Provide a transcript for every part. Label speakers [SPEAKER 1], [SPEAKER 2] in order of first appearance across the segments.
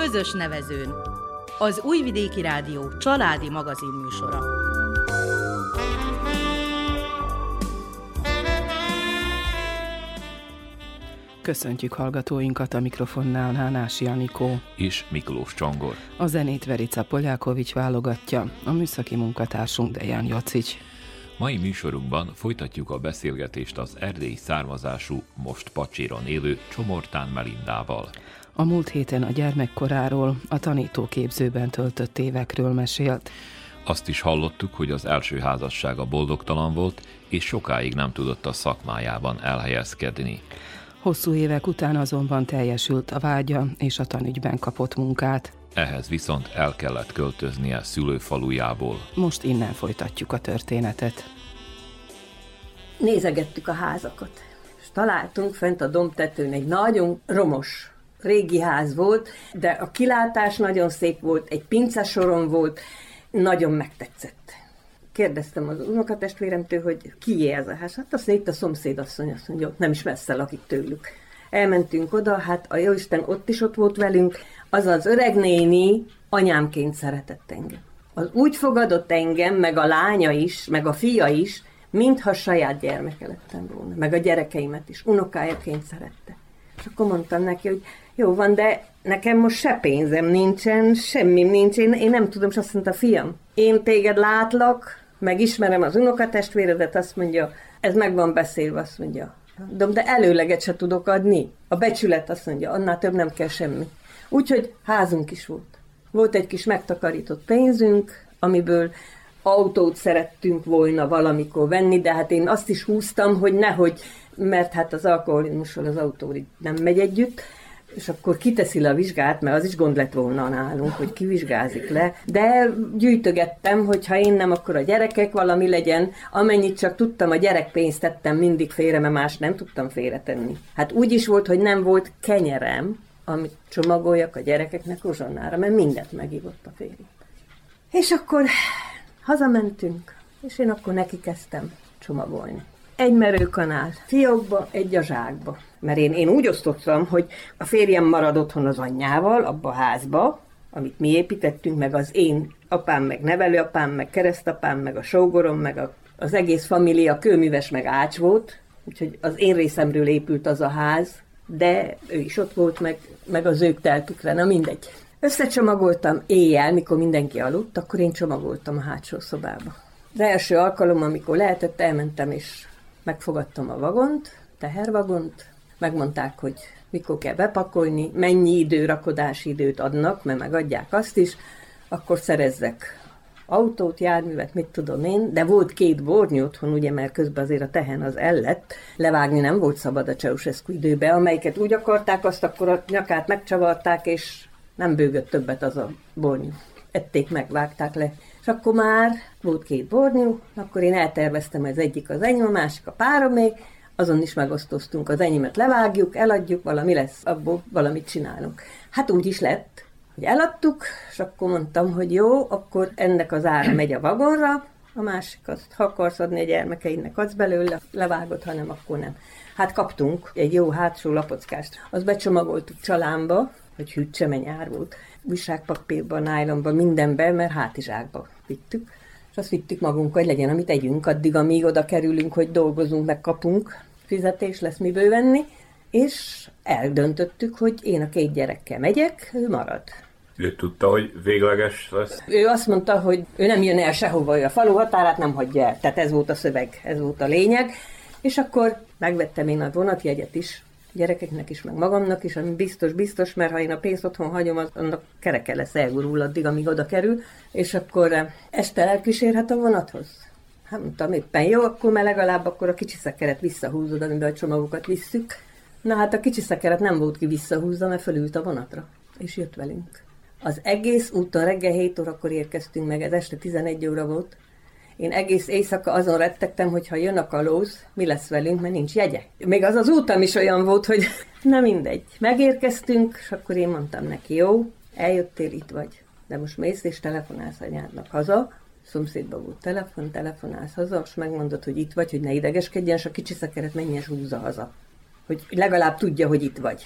[SPEAKER 1] közös nevezőn. Az Újvidéki Rádió családi magazinműsora.
[SPEAKER 2] Köszöntjük hallgatóinkat, a mikrofonnál Hánási Anikó
[SPEAKER 3] és Miklós Csongor.
[SPEAKER 2] A zenét Verica Poljákovics válogatja, a műszaki munkatársunk Dejan Jocic.
[SPEAKER 3] Mai műsorunkban folytatjuk a beszélgetést az erdélyi származású, most Pacséron élő Csomortán Melindával.
[SPEAKER 2] A múlt héten a gyermekkoráról, a tanítóképzőben töltött évekről mesélt.
[SPEAKER 3] Azt is hallottuk, hogy az első házassága boldogtalan volt, és sokáig nem tudott a szakmájában elhelyezkedni.
[SPEAKER 2] Hosszú évek után azonban teljesült a vágya, és a tanügyben kapott munkát.
[SPEAKER 3] Ehhez viszont el kellett költöznie szülőfalujából.
[SPEAKER 2] Most innen folytatjuk a történetet.
[SPEAKER 4] Nézegettük a házakat, és találtunk fent a dombtetőn egy nagyon romos, régi ház volt, de a kilátás nagyon szép volt, egy pincesoron volt, nagyon megtetszett. Kérdeztem az unokatestvéremtől, hogy kié ez a ház. Hát azt mondja, itt a szomszédasszony, azt mondja, nem is messze lakik tőlük. Elmentünk oda, hát a jóisten ott volt velünk, az az öreg néni anyámként szeretett engem. Az úgy fogadott engem, meg a lánya is, meg a fia is, mintha saját gyermeke lettem volna, meg a gyerekeimet is, unokájaként szerette. És akkor mondtam neki, hogy jó van, de nekem most se pénzem nincsen, semmim nincs, én nem tudom, és azt mondta, fiam, én téged látlak, meg ismerem az unokatestvéredet, azt mondja, ez meg van beszélve, azt mondja, de előleget se tudok adni. A becsület azt mondja, annál több nem kell semmi. Úgyhogy házunk is volt. Volt egy kis megtakarított pénzünk, amiből autót szerettünk volna valamikor venni, de hát én azt is húztam, hogy nehogy, mert hát az alkoholizmussal az autó nem megy együtt, és akkor kiteszi le a vizsgát, mert az is gond lett volna nálunk, hogy kivizsgázik le. De gyűjtögettem, hogy ha én nem, akkor a gyerekek valami legyen. Amennyit csak tudtam, a gyerekpénzt tettem mindig félre, mert más nem tudtam félretenni. Hát úgy is volt, hogy nem volt kenyerem, amit csomagoljak a gyerekeknek uzsonnára, mert mindent megívott a férjem. És akkor hazamentünk, és én akkor neki kezdtem csomagolni. Egy merőkanál fiókba, egy a zsákba. Mert én úgy osztottam, hogy a férjem marad otthon az anyjával, abba a házba, amit mi építettünk, meg az én apám, meg nevelőapám, meg keresztapám, meg a sógorom, meg az egész família kőműves, meg ács volt, úgyhogy az én részemről épült az a ház, de ő is ott volt, meg az ők telpükre, na mindegy. Összecsomagoltam éjjel, mikor mindenki aludt, akkor én csomagoltam a hátsó szobába. Az első alkalom, amikor lehetett, elmentem és megfogadtam a vagont, tehervagont, megmondták, hogy mikor kell bepakolni, mennyi rakodási időt adnak, mert megadják azt is, akkor szerezzek autót, járművet, mit tudom én, de volt 2 bornyú otthon, ugye, mert közben azért a tehen az ellett, levágni nem volt szabad a Ceausescu időben, amelyiket úgy akarták, azt akkor a nyakát megcsavarták, és nem bőgött többet az a bornyú. Ették meg, vágták le. És akkor már volt 2 bornyú, akkor én elterveztem, hogy az egyik az enyém, a másik a páromé, azon is megosztoztunk, az enyémet levágjuk, eladjuk, valami lesz, abból valamit csinálunk. Hát úgy is lett, hogy eladtuk, és akkor mondtam, hogy jó, akkor ennek az ára megy a vagonra, a másik azt, ha akarsz adni a gyermekeidnek, adsz belőle, levágod, ha nem, akkor nem. Hát kaptunk egy jó hátsó lapockást, azt becsomagoltuk csalámba, hogy hűtse, mert nyár volt, újságpapírban, nájlonban, mindenben, mert hátizsákba vittük, és azt vittük magunkkal, hogy legyen, amit együnk addig, amíg oda kerülünk, hogy dolgozunk, meg kapunk, fizetés lesz miből venni, és eldöntöttük, hogy én a 2 gyerekkel megyek, ő marad.
[SPEAKER 5] Ő tudta, hogy végleges lesz?
[SPEAKER 4] Ő azt mondta, hogy ő nem jön el sehova, ő a falu határát nem hagyja el, tehát ez volt a szöveg, ez volt a lényeg, és akkor megvettem én a vonatjegyet is, gyerekeknek is, meg magamnak is, ami biztos, mert ha én a pénzt otthon hagyom, az annak kereke lesz, elgurul addig, amíg oda kerül, és akkor este elkísérhet a vonathoz. Hát mondtam, éppen jó, akkor már legalább akkor a kicsi szekeret visszahúzod, amiben a csomagokat visszük. Na hát a kicsi szekeret nem volt ki visszahúzza, mert fölült a vonatra, és jött velünk. Az egész úton reggel 7 órakor érkeztünk meg, ez este 11 óra volt. Én egész éjszaka azon rettegtem, hogy ha jön a kalóz, mi lesz velünk, mert nincs jegye. Még az az útam is olyan volt, hogy na mindegy. Megérkeztünk, és akkor én mondtam neki, jó, eljöttél, itt vagy. De most mész és telefonálsz anyádnak haza. Szomszédban volt telefonálsz haza, és megmondod, hogy itt vagy, hogy ne idegeskedjen, és a kicsi szekeret menjen és húzza haza. Hogy legalább tudja, hogy itt vagy.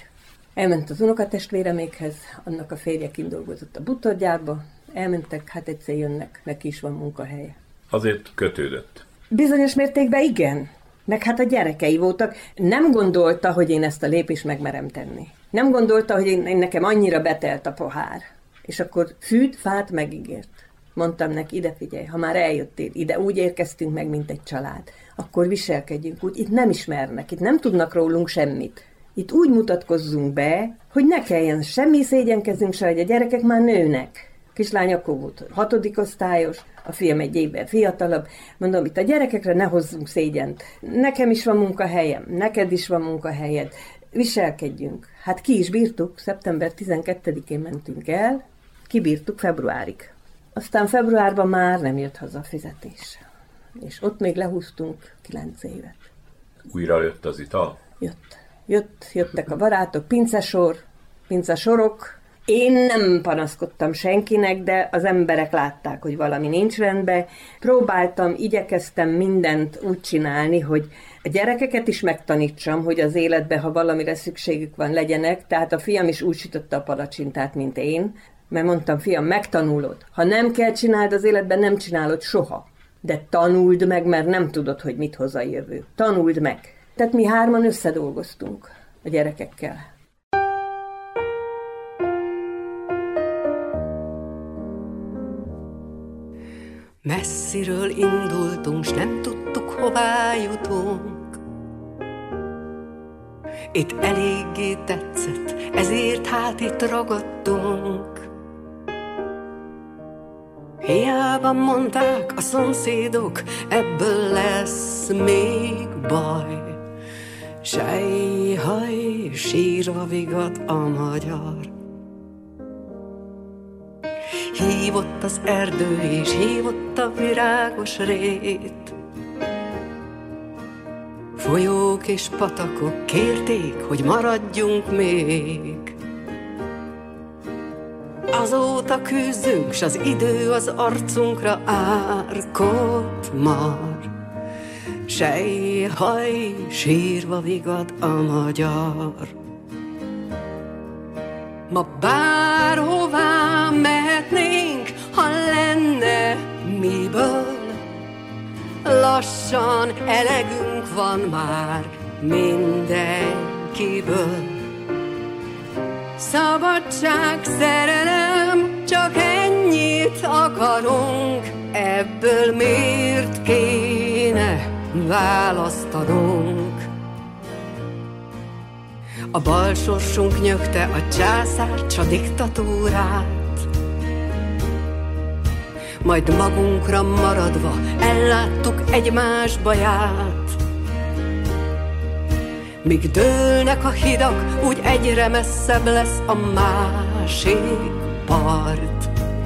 [SPEAKER 4] Elment az unokatestvéremékhez, annak a férje kint dolgozott a bútorgyárba, elmentek, hát egyszer jönnek, neki is van munkahelye.
[SPEAKER 5] Azért kötődött.
[SPEAKER 4] Bizonyos mértékben igen, meg hát a gyerekei voltak. Nem gondolta, hogy én ezt a lépést megmerem tenni. Nem gondolta, hogy én nekem annyira betelt a pohár. És akkor fűt, fát megígért. Mondtam neki, ide figyelj, ha már eljöttél ide, úgy érkeztünk meg, mint egy család, akkor viselkedjünk úgy, itt nem ismernek, itt nem tudnak rólunk semmit. Itt úgy mutatkozzunk be, hogy ne kelljen semmi szégyenkezünk se, hogy a gyerekek már nőnek. Kislány akkor volt 6. osztályos, a fiam egy évvel fiatalabb. Mondom, itt a gyerekekre ne hozzunk szégyent. Nekem is van munkahelyem, neked is van munkahelyed. Viselkedjünk. Hát ki is bírtuk, szeptember 12-én mentünk el, kibírtuk februárig. Aztán februárban már nem jött haza a fizetés. És ott még lehúztunk 9 évet.
[SPEAKER 5] Újra jött az ital?
[SPEAKER 4] Jöttek a barátok, pincesorok. Én nem panaszkodtam senkinek, de az emberek látták, hogy valami nincs rendben. Próbáltam, igyekeztem mindent úgy csinálni, hogy a gyerekeket is megtanítsam, hogy az életben, ha valamire szükségük van, legyenek. Tehát a fiam is úgy sütötte a palacsintát, mint én. Mert mondtam, fiam, megtanulod. Ha nem kell csináld az életben, nem csinálod soha. De tanuld meg, mert nem tudod, hogy mit hoz a jövő. Tanuld meg. Tehát mi 3 összedolgoztunk a gyerekekkel.
[SPEAKER 6] Messziről indultunk, s nem tudtuk, hová jutunk. Itt eléggé tetszett, ezért hát itt ragadtunk. Hiába mondták a szomszédok, ebből lesz még baj. Sejhaj, sírva vigad a magyar. Hívott az erdő és hívott a virágos rét. Folyók és patakok kérték, hogy maradjunk még. Azóta küzdünk, s az idő az arcunkra árkot mar. Sejhaj, sírva vigad a magyar. Ma bárhová mehetnénk, ha lenne miből. Lassan elegünk van már mindenkiből. Szabadság, szerelem, csak ennyit akarunk. Ebből miért kéne választanunk? A bal sorsunk nyögte a császár, s a diktatúrát. Majd magunkra maradva elláttuk egymás baját. Míg dőlnek a hidak, úgy egyre messzebb lesz a másik part.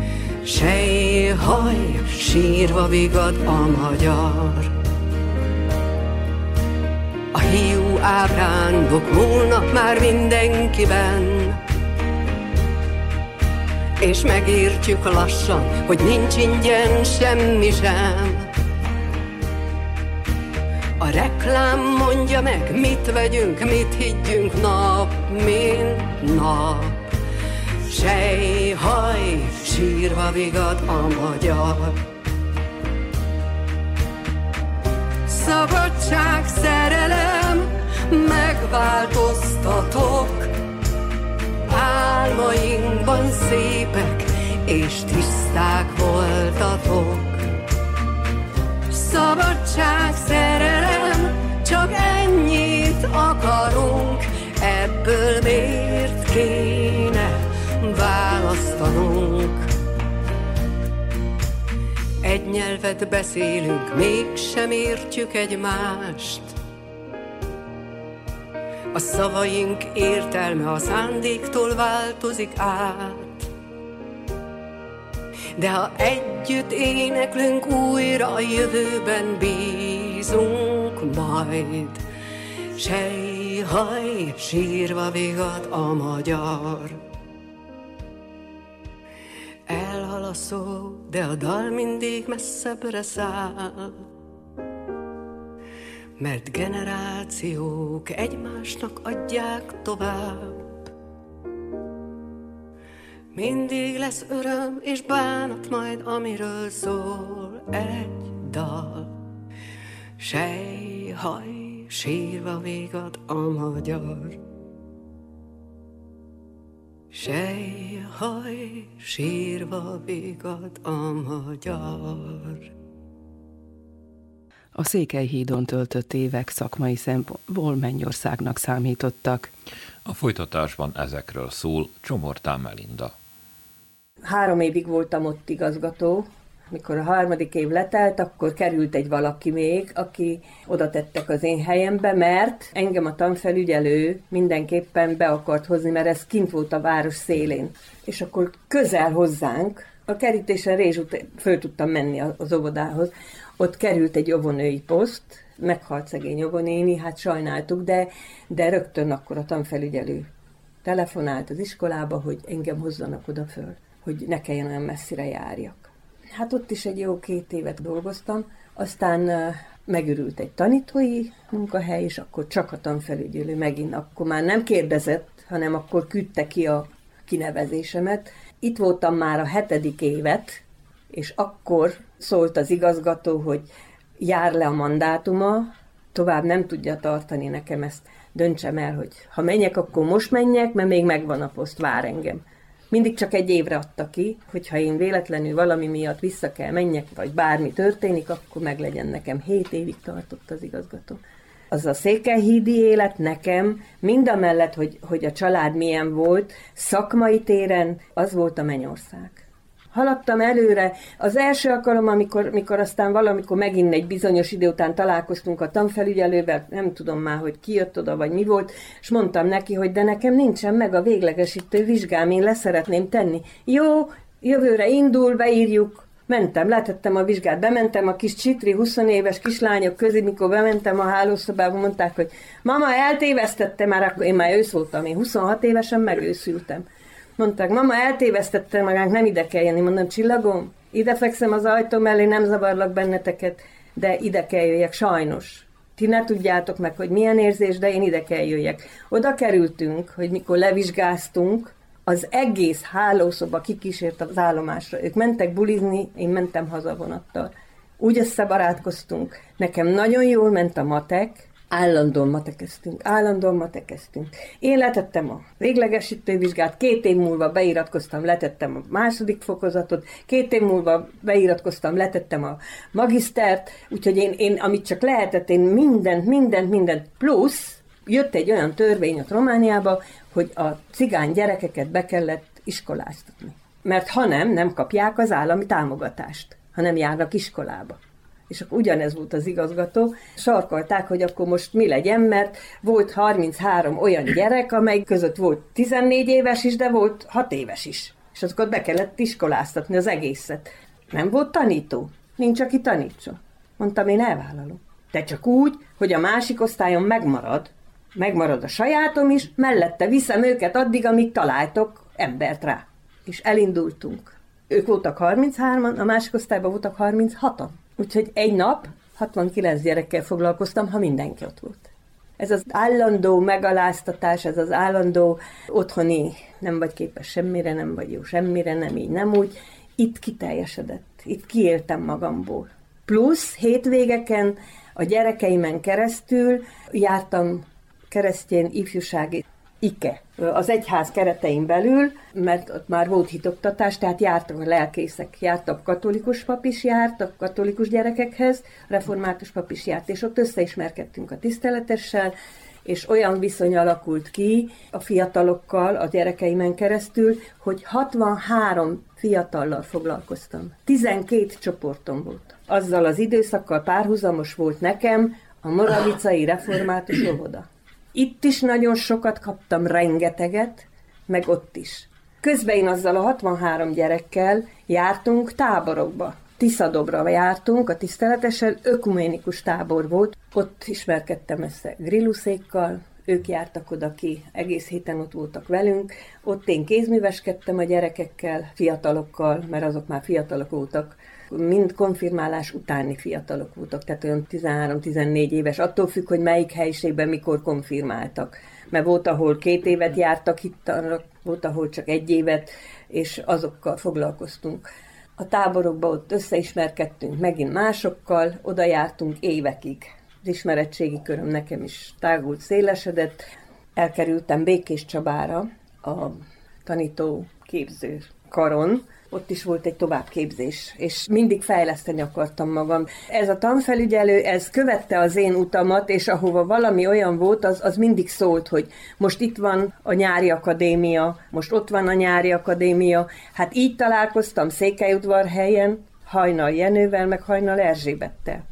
[SPEAKER 6] Sejhaj, sírva vigad a magyar. A hiú ábrándok múlnak már mindenkiben, és megértjük lassan, hogy nincs ingyen semmi sem. A reklám mondja meg, mit vegyünk, mit higgyünk nap, mint nap. Sejhaj, sírva vigad a magyar. Szabadság, szerelem, megváltoztatok. Álmainkban szépek és tiszták voltatok. Szabadság, szerelem, csak ennyit akarunk. Ebből miért kéne választanunk? Egy nyelvet beszélünk, mégsem értjük egymást. A szavaink értelme a szándéktól változik át. De ha együtt éneklünk újra, a jövőben bízunk majd. Sejhaj, sírva vigad a magyar. Elhal a szó, de a dal mindig messzebbre száll. Mert generációk egymásnak adják tovább Mindig lesz öröm és bánat majd, amiről szól egy dal. Sejhaj, sírva végad a magyar. Sejhaj, sírva végad a magyar.
[SPEAKER 2] A Székelyhídon töltött évek szakmai szempontból mennyországnak számítottak.
[SPEAKER 3] A folytatásban ezekről szól Csomortán Melinda.
[SPEAKER 4] 3 évig voltam ott igazgató. Mikor a 3. év letelt, akkor került egy valaki még, aki oda tettek az én helyembe, mert engem a tanfelügyelő mindenképpen be akart hozni, mert ez kint volt a város szélén. És akkor közel hozzánk, a kerítésen Rézsút föl tudtam menni az óvodához. Ott került egy óvonői poszt, meghalt szegény óvonéni, hát sajnáltuk, de rögtön akkor a tanfelügyelő telefonált az iskolába, hogy engem hozzanak oda föl, hogy ne kelljen olyan messzire járjak. Hát ott is egy jó 2 évet dolgoztam, aztán megürült egy tanítói munkahely, és akkor csak a tanfelügyelő megint, akkor már nem kérdezett, hanem akkor küldte ki a kinevezésemet. Itt voltam már a 7. évet, és akkor szólt az igazgató, hogy jár le a mandátuma, tovább nem tudja tartani nekem ezt, döntsem el, hogy ha menjek, akkor most menjek, mert még megvan a poszt, vár engem. Mindig csak 1 évre adta ki, hogyha én véletlenül valami miatt vissza kell menjek, vagy bármi történik, akkor meglegyen nekem. 7 évig tartott az igazgató. Az a székelyhídi élet nekem, mindamellett, hogy a család milyen volt, szakmai téren az volt a mennyország. Haladtam előre. Az első alkalom, amikor aztán valamikor megint egy bizonyos idő után találkoztunk a tanfelügyelővel, nem tudom már, hogy ki jött oda, vagy mi volt, és mondtam neki, hogy de nekem nincsen meg a véglegesítő vizsgám, én leszeretném tenni. Jó, jövőre indul, beírjuk. Mentem, letettem a vizsgát, bementem a kis csitri 20 éves kislányok közé, mikor bementem a hálószobába, mondták, hogy mama, eltévesztette már, akkor én már ősz voltam, én 26 évesen megőszültem. Mondták, mama, eltévesztette magánk, nem ide kell jönni. Mondom, csillagom, ide fekszem az ajtó mellé, nem zavarlak benneteket, de ide kell jöjjek, sajnos. Ti ne tudjátok meg, hogy milyen érzés, de én ide kell jöjjek. Oda kerültünk, hogy mikor levizsgáztunk, az egész hálószoba kikísért az állomásra. Ők mentek bulizni, én mentem haza vonattal. Úgy összebarátkoztunk. Nekem nagyon jól ment a matek, állandóan matekeztünk. Én letettem a véglegesítő vizsgát, 2 év múlva beiratkoztam, letettem a 2. fokozatot, 2 év múlva beiratkoztam, letettem a magisztert, úgyhogy én amit csak lehetett, én mindent, plusz jött egy olyan törvény ott Romániába, hogy a cigány gyerekeket be kellett iskoláztatni. Mert ha nem kapják az állami támogatást, ha nem járnak iskolába. És akkor ugyanez volt az igazgató. Sarkalták, hogy akkor most mi legyen, mert volt 33 olyan gyerek, amely között volt 14 éves is, de volt 6 éves is. És azokat be kellett iskoláztatni az egészet. Nem volt tanító. Nincs, aki tanítson. Mondtam, én elvállalom. De csak úgy, hogy a másik osztályon megmarad a sajátom is, mellette viszem őket addig, amíg találtok embert rá. És elindultunk. Ők voltak 33-an, a másik osztályban voltak 36-an. Úgyhogy egy nap 69 gyerekkel foglalkoztam, ha mindenki ott volt. Ez az állandó megaláztatás, ez az állandó otthoni, nem vagy képes semmire, nem vagy jó semmire, nem így, nem úgy. Itt kiteljesedett, itt kiéltem magamból. Plusz hétvégeken a gyerekeimen keresztül jártam keresztény ifjúsági IKE, az egyház keretein belül, mert ott már volt hitoktatás, tehát jártak a lelkészek, jártak katolikus pap is járt, a katolikus gyerekekhez, református pap is járt, és ott összeismerkedtünk a tiszteletessel, és olyan viszony alakult ki a fiatalokkal, a gyerekeimen keresztül, hogy 63 fiatallal foglalkoztam. 12 csoportom volt. Azzal az időszakkal párhuzamos volt nekem a moravicai református óvoda. Itt is nagyon sokat kaptam, rengeteget, meg ott is. Közben én azzal a 63 gyerekkel jártunk táborokba. Tiszadobra jártunk, a tiszteletesen ökuménikus tábor volt. Ott ismerkedtem össze grilluszékkal, ők jártak oda ki, egész héten ott voltak velünk. Ott én kézműveskedtem a gyerekekkel, fiatalokkal, mert azok már fiatalok voltak. Mind konfirmálás utáni fiatalok voltak, tehát olyan 13-14 éves, attól függ, hogy melyik helyiségben mikor konfirmáltak. mert volt, ahol 2 évet jártak hittanra, volt, ahol csak 1 évet, és azokkal foglalkoztunk. A táborokban ott összeismerkedtünk megint másokkal, oda jártunk évekig. Az ismeretségi köröm nekem is tágult, szélesedett. Elkerültem Békéscsabára, a tanítóképző karon, ott is volt egy továbbképzés, és mindig fejleszteni akartam magam. Ez a tanfelügyelő, ez követte az én utamat, és ahova valami olyan volt, az mindig szólt, hogy most itt van a nyári akadémia, most ott van a nyári akadémia. Hát így találkoztam Székelyudvarhelyen, Hajnal Jenővel, meg Hajnal Erzsébettel,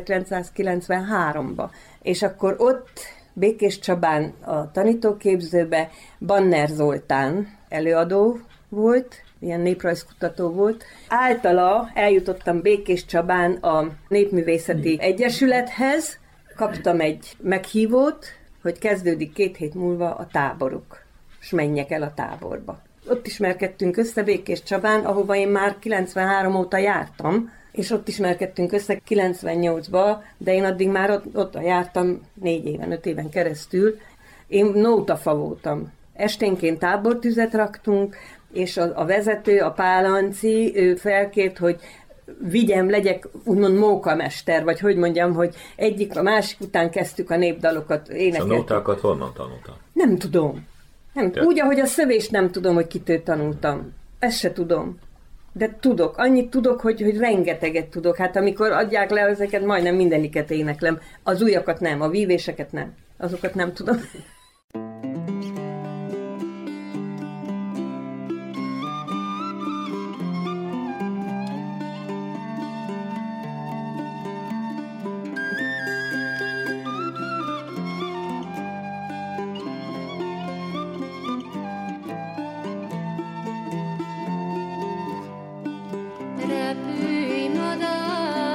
[SPEAKER 4] 1993-ban. És akkor ott Békéscsabán a tanítóképzőbe Banner Zoltán előadó volt, ilyen néprajzkutató volt. Általa eljutottam Békéscsabán a Népművészeti Egyesülethez, kaptam egy meghívót, hogy kezdődik 2 hét múlva a táboruk, és menjek el a táborba. Ott ismerkedtünk össze Békéscsabán, ahova én már 93 óta jártam, és ott ismerkedtünk össze 98-ba, de én addig már ott jártam 4 éven, 5 éven keresztül. Én nótafa voltam. Esténként tábortüzet raktunk, és a vezető, a Pálanci, ő felkért, hogy vigyem, legyek úgymond mókamester, vagy hogy mondjam, hogy egyik a másik után kezdtük a népdalokat énekelni.
[SPEAKER 5] És a nótákat honnan tanultál?
[SPEAKER 4] Nem tudom. Úgy, ahogy a szövést nem tudom, hogy kitől tanultam. Ezt se tudom. De tudok. Annyit tudok, hogy rengeteget tudok. Hát amikor adják le ezeket, majdnem mindeniket éneklem. Az újakat nem, a vívéseket nem. Azokat nem tudom.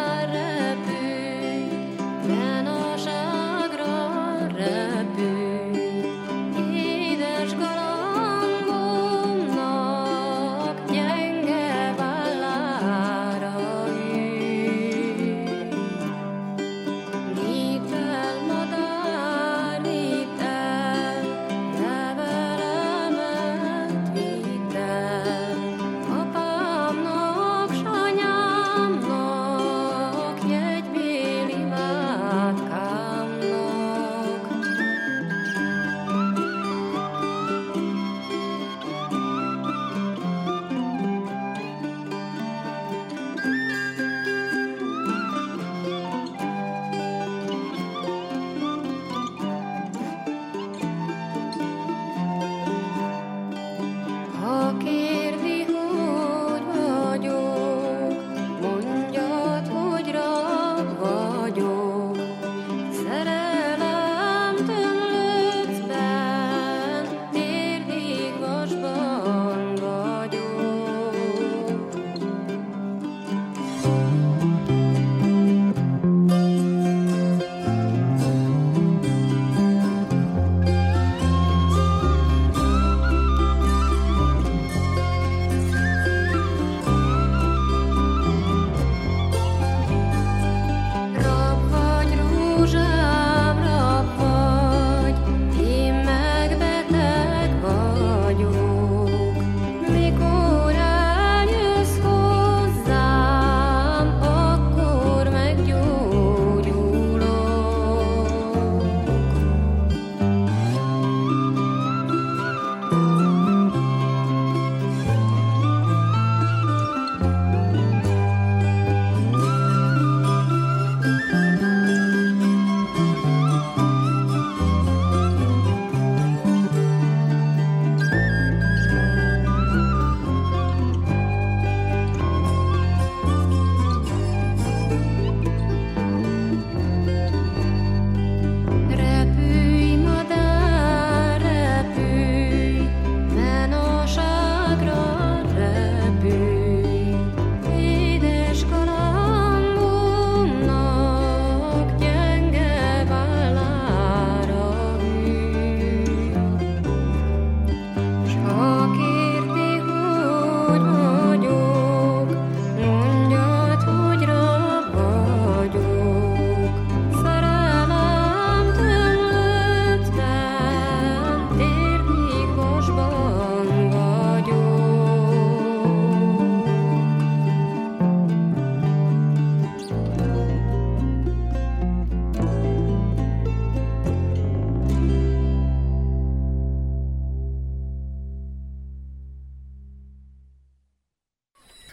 [SPEAKER 7] Repülj, fenn a ságra repülj,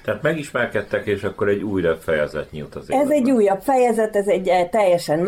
[SPEAKER 5] Tehát megismerkedtek, és akkor egy újabb fejezet nyílt az életben.
[SPEAKER 4] Ez egy újabb fejezet, ez egy teljesen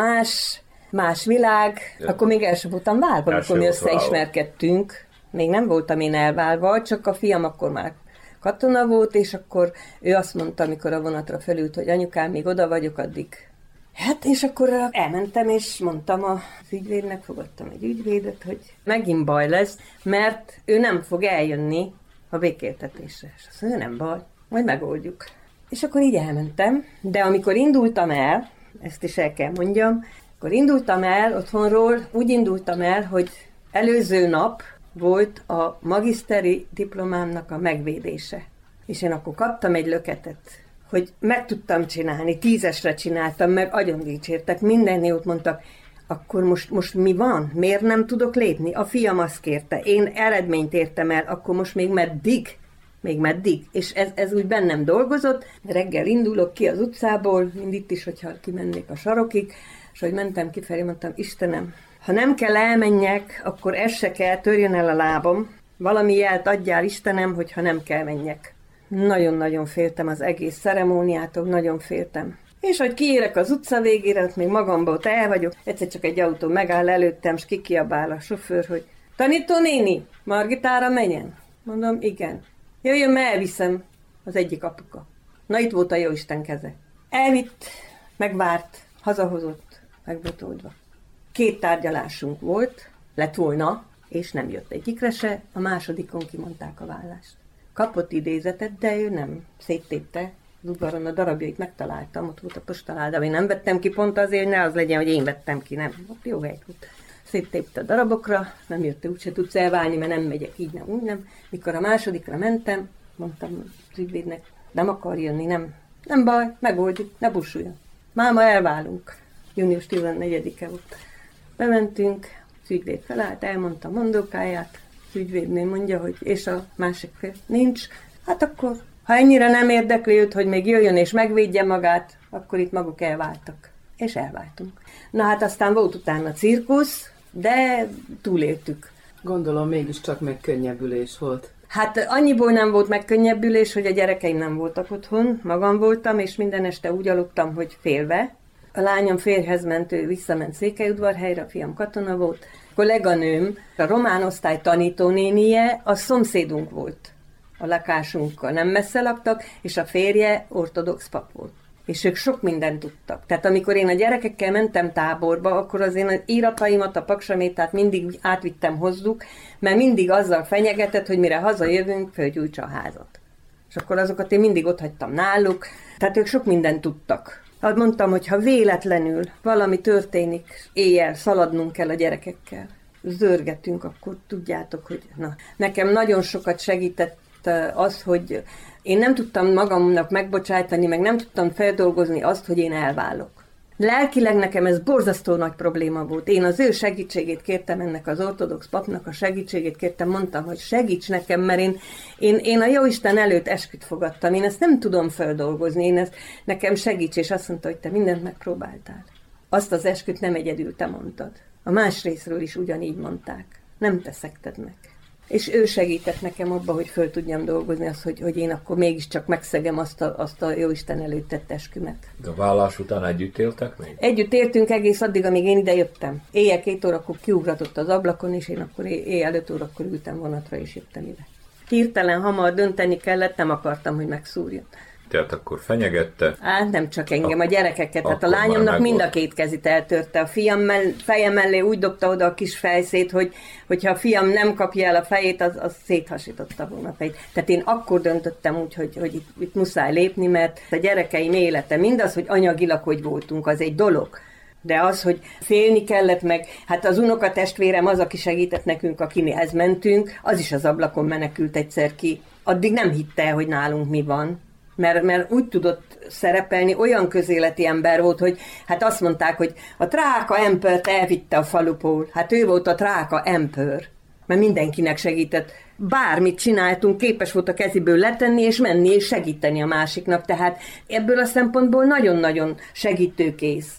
[SPEAKER 4] más világ. Akkor még el sem voltam válva, amikor mi összeismerkedtünk. Még nem voltam én elválva, csak a fiam akkor már katona volt, és akkor ő azt mondta, amikor a vonatra felült, hogy anyukám, még oda vagyok, addig. Hát, és akkor elmentem, és mondtam az ügyvédnek, fogadtam egy ügyvédet, hogy megint baj lesz, mert ő nem fog eljönni a békéltetésre. És azt mondja, nem baj, majd megoldjuk. És akkor így elmentem, de amikor indultam el, ezt is el kell mondjam, akkor indultam el otthonról, úgy indultam el, hogy előző nap volt a magiszteri diplomámnak a megvédése. És én akkor kaptam egy löketet, hogy meg tudtam csinálni, 10-esre csináltam, meg agyon dicsértek, minden jót mondtak, akkor most mi van? Miért nem tudok lépni? A fiam azt kérte, én eredményt értem el, akkor most még meddig? Még meddig? És ez úgy bennem dolgozott, reggel indulok ki az utcából, mind itt is, hogyha kimennék a sarokig, és hogy mentem kifelé, mondtam, Istenem, ha nem kell elmenjek, akkor ez se kell, törjön el a lábam, valami jelt adjál Istenem, hogyha nem kell menjek. Nagyon-nagyon féltem az egész ceremóniától, nagyon féltem. És hogy kiérek az utca végére, ott még magamból ott el vagyok, egyszer csak egy autó megáll előttem, és kikiabál a sofőr, hogy tanító néni, Margitára menjen? Mondom, igen. Jöjjön, mert elviszem, az egyik apuka. Na itt volt a Jóisten keze. Elvitt, megvárt, hazahozott, meg volt oldva. 2 tárgyalásunk volt, lett volna, és nem jött egyikre se, a másodikon kimondták a vállást. Kapott idézetet, de ő nem, széttépte, az udvaron a darabjait megtaláltam, ott volt a postaláda, én nem vettem ki pont azért, hogy ne az legyen, hogy én vettem ki, nem, ott jó hely volt. Széttépte a darabokra, nem jött, úgyse tudsz elválni, mert nem megyek, így nem, úgy nem. Mikor a másodikra mentem, mondtam az ügyvédnek, nem akar jönni, nem baj, megoldjuk, ne busuljon. Máma elválunk. Június 14-e volt. Bementünk, az ügyvéd felállt, elmondta a mondókáját, az ügyvédnő mondja, hogy és a másik fél nincs, hát akkor, ha ennyire nem érdekli őt, hogy még jöjjön és megvédje magát, akkor itt maguk elváltak. És elváltunk. Na hát aztán volt utána cirkusz, de túléltük.
[SPEAKER 2] Gondolom mégiscsak megkönnyebbülés volt.
[SPEAKER 4] Hát annyiból nem volt megkönnyebbülés, hogy a gyerekeim nem voltak otthon, magam voltam, és minden este úgy aludtam, hogy félve. A lányom férjhez ment, ő visszament Székelyudvarhelyre, a fiam katona volt. A kolléganőm, a román osztály tanítónénie, a szomszédunk volt. A lakásunkkal nem messze laktak, és a férje ortodox pap volt. És ők sok mindent tudtak. Tehát amikor én a gyerekekkel mentem táborba, akkor az én az írataimat, a paksamétát mindig átvittem hozzuk, mert mindig azzal fenyegetett, hogy mire hazajövünk, fölgyújtsa a házat. És akkor azokat én mindig otthagytam náluk. Tehát ők sok mindent tudtak. Hát mondtam, hogy ha véletlenül valami történik, éjjel szaladnunk kell a gyerekekkel, zörgetünk, akkor tudjátok, hogy na. Nekem nagyon sokat segített az, hogy én nem tudtam magamnak megbocsájtani, meg nem tudtam feldolgozni azt, hogy én elválok. Lelkileg nekem ez borzasztó nagy probléma volt. Én az ő segítségét kértem, ennek az ortodox papnak a segítségét kértem, mondtam, hogy segíts nekem, mert én a Jóisten előtt esküt fogadtam, én ezt nem tudom feldolgozni, nekem segíts, és azt mondta, hogy te mindent megpróbáltál. Azt az esküt nem egyedül te mondtad. A más részről is ugyanígy mondták. Nem te szekted meg. És ő segített nekem abba, hogy föl tudjam dolgozni azt, hogy én akkor mégiscsak megszegem azt a Jóisten előtt tett eskümet.
[SPEAKER 5] De a vállás után együtt éltek még?
[SPEAKER 4] Együtt éltünk egész addig, amíg én ide jöttem. Éjjel 2 órakor kiugratott az ablakon, és én akkor éjjel 5 órakor ültem vonatra, és jöttem ide. Hirtelen hamar dönteni kellett, nem akartam, hogy megszúrjon.
[SPEAKER 5] Tehát akkor fenyegette?
[SPEAKER 4] Hát nem csak engem, a gyerekeket. Hát a lányomnak mind a 2 kezit eltörte. A fiam feje mellé úgy dobta oda a kis fejszét, hogyha a fiam nem kapja el a fejét, az széthasította volna a fejét. Tehát én akkor döntöttem úgy, hogy itt muszáj lépni, mert a gyerekeim élete, mindaz, hogy anyagilag hogy voltunk, az egy dolog. De az, hogy félni kellett meg, hát az unokatestvérem az, aki segített nekünk, akinéhez mentünk, az is az ablakon menekült egyszer ki. Addig nem hitte, hogy nálunk mi van. Mert úgy tudott szerepelni, olyan közéleti ember volt, hogy hát azt mondták, hogy a Tráka Empört elvitte a faluból. Hát ő volt a Tráka Empör, mert mindenkinek segített. Bármit csináltunk, képes volt a keziből letenni, és menni, és segíteni a másiknak. Tehát ebből a szempontból nagyon-nagyon segítőkész.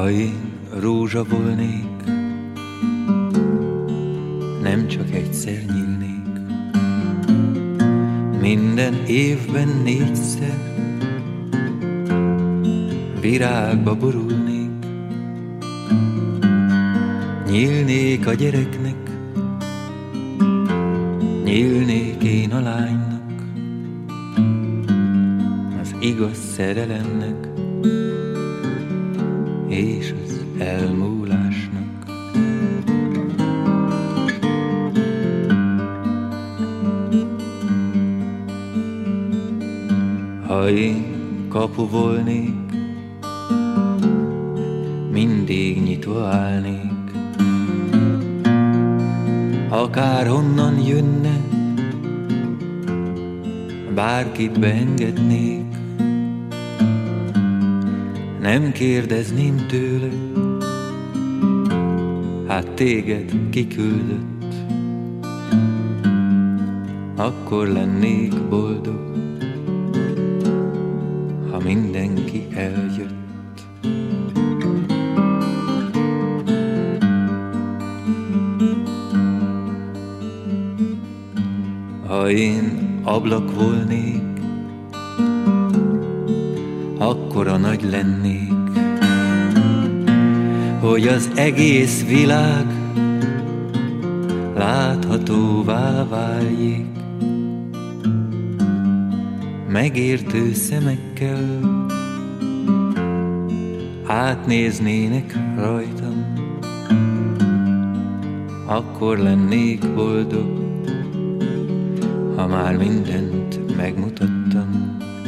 [SPEAKER 7] Ha én rózsa volnék, nem csak egyszer nyílnék, minden évben 4-szer virágba borulnék. Nyílnék a gyereknek, nyílnék én a lánynak, az igaz szerelemnek és az elmúlásnak. Ha én kapu volnék, mindig nyitva állnék, akárhonnan jönne, bárkit beengednék. Nem kérdezném tőle, hát téged kiküldött, akkor lennék boldog, ha mindenki eljött. Ha én ablak volnék, akkora nagy lennék, hogy az egész világ láthatóvá váljék. Megértő szemekkel átnéznének rajtam, akkor lennék boldog, ha már mindent megmutattam.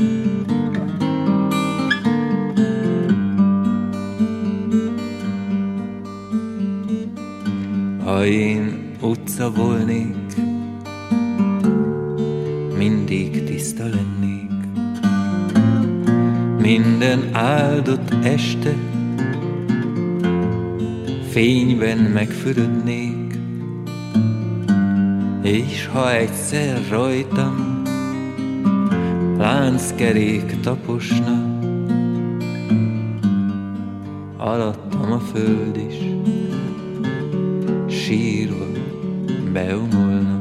[SPEAKER 7] Ha én utca volnék, mindig tiszta lennék, minden áldott este fényben megfürödnék. És ha egyszer rajtam lánckerék taposna, alattam a föld is sírva beomolna.